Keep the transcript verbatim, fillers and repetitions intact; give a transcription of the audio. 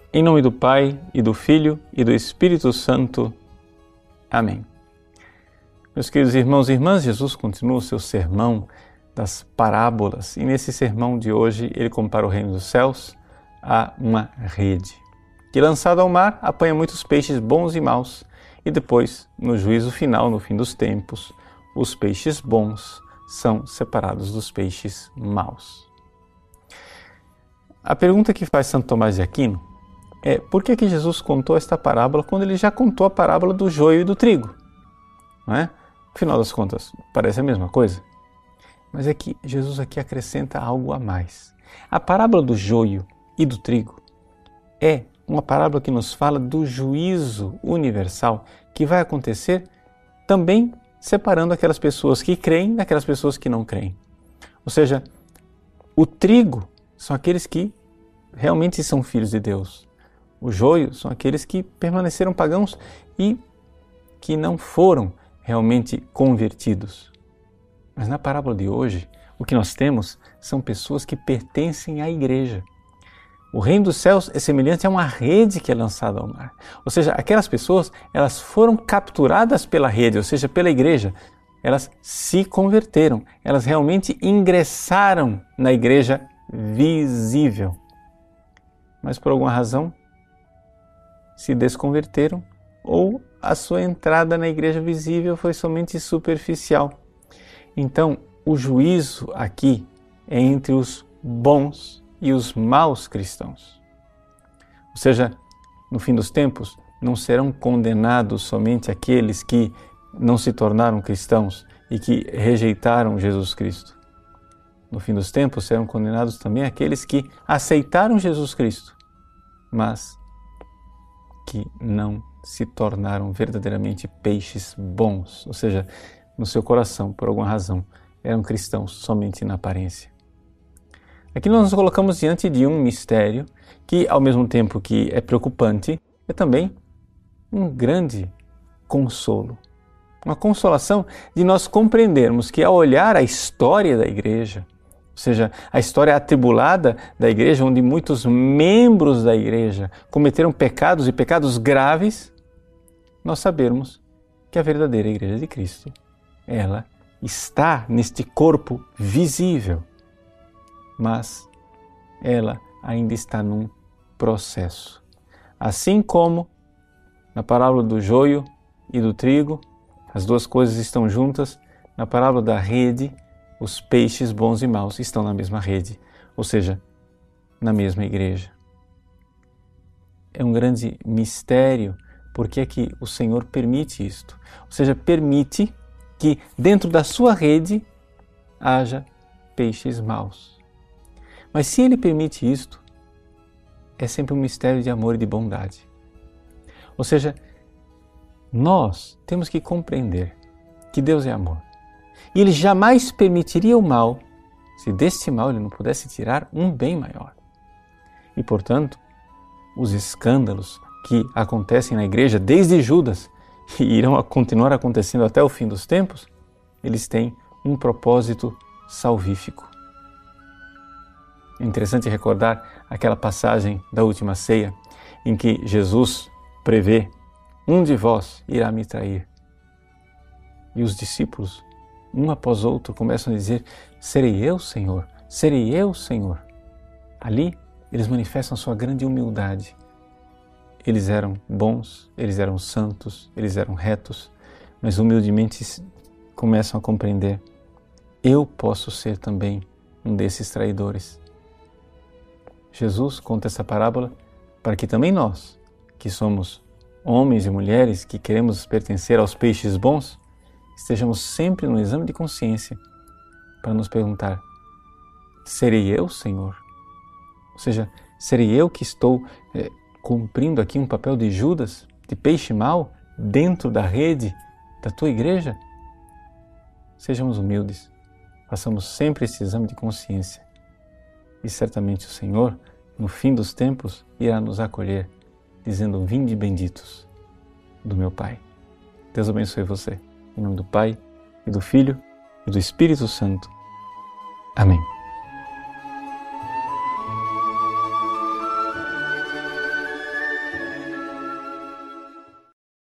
Em nome do Pai, e do Filho, e do Espírito Santo. Amém. Meus queridos irmãos e irmãs, Jesus continua o seu sermão das parábolas. E nesse sermão de hoje, ele compara o reino dos céus a uma rede, que lançada ao mar, apanha muitos peixes bons e maus. E depois, no juízo final, no fim dos tempos, os peixes bons são separados dos peixes maus. A pergunta que faz Santo Tomás de Aquino é por que que Jesus contou esta parábola quando ele já contou a parábola do joio e do trigo? Não é? Afinal das contas, parece a mesma coisa. Mas é que Jesus aqui acrescenta algo a mais. A parábola do joio e do trigo é uma parábola que nos fala do juízo universal que vai acontecer também separando aquelas pessoas que creem daquelas pessoas que não creem. Ou seja, o trigo são aqueles que realmente são filhos de Deus. O joio são aqueles que permaneceram pagãos e que não foram realmente convertidos. Mas na parábola de hoje, o que nós temos são pessoas que pertencem à igreja. O reino dos céus é semelhante a uma rede que é lançada ao mar. Ou seja, aquelas pessoas, elas foram capturadas pela rede, ou seja, pela igreja. Elas se converteram, elas realmente ingressaram na igreja visível. Mas por alguma razão, se desconverteram ou a sua entrada na igreja visível foi somente superficial. Então, o juízo aqui é entre os bons e os maus cristãos. Ou seja, no fim dos tempos, não serão condenados somente aqueles que não se tornaram cristãos e que rejeitaram Jesus Cristo. No fim dos tempos, serão condenados também aqueles que aceitaram Jesus Cristo, mas que não se tornaram verdadeiramente peixes bons, ou seja, no seu coração, por alguma razão, eram cristãos somente na aparência. Aqui nós nos colocamos diante de um mistério que, ao mesmo tempo que é preocupante, é também um grande consolo. Uma consolação de nós compreendermos que, ao olhar a história da igreja, ou seja, a história atribulada da igreja, onde muitos membros da igreja cometeram pecados e pecados graves, nós sabemos que a verdadeira igreja de Cristo, ela está neste corpo visível, mas ela ainda está num processo. Assim como na parábola do joio e do trigo, as duas coisas estão juntas, na parábola da rede, os peixes bons e maus estão na mesma rede, ou seja, na mesma igreja. É um grande mistério porque é que o Senhor permite isto. Ou seja, permite que dentro da sua rede haja peixes maus. Mas se Ele permite isto, é sempre um mistério de amor e de bondade. Ou seja, nós temos que compreender que Deus é amor. E Ele jamais permitiria o mal se deste mal Ele não pudesse tirar um bem maior. E, portanto, os escândalos que acontecem na igreja desde Judas e irão continuar acontecendo até o fim dos tempos, eles têm um propósito salvífico. É interessante recordar aquela passagem da última ceia em que Jesus prevê: um de vós irá me trair. E os discípulos, um após outro, começam a dizer: serei eu, Senhor, serei eu, Senhor. Ali, eles manifestam sua grande humildade. Eles eram bons, eles eram santos, eles eram retos, mas humildemente começam a compreender: eu posso ser também um desses traidores. Jesus conta essa parábola para que também nós, que somos homens e mulheres que queremos pertencer aos peixes bons, estejamos sempre no exame de consciência para nos perguntar: serei eu, Senhor? Ou seja, serei eu que estou é, cumprindo aqui um papel de Judas, de peixe mau, dentro da rede da tua igreja? Sejamos humildes, façamos sempre esse exame de consciência e certamente o Senhor, no fim dos tempos, irá nos acolher, dizendo: vinde benditos do meu Pai. Deus abençoe você. Em nome do Pai, e do Filho, e do Espírito Santo. Amém.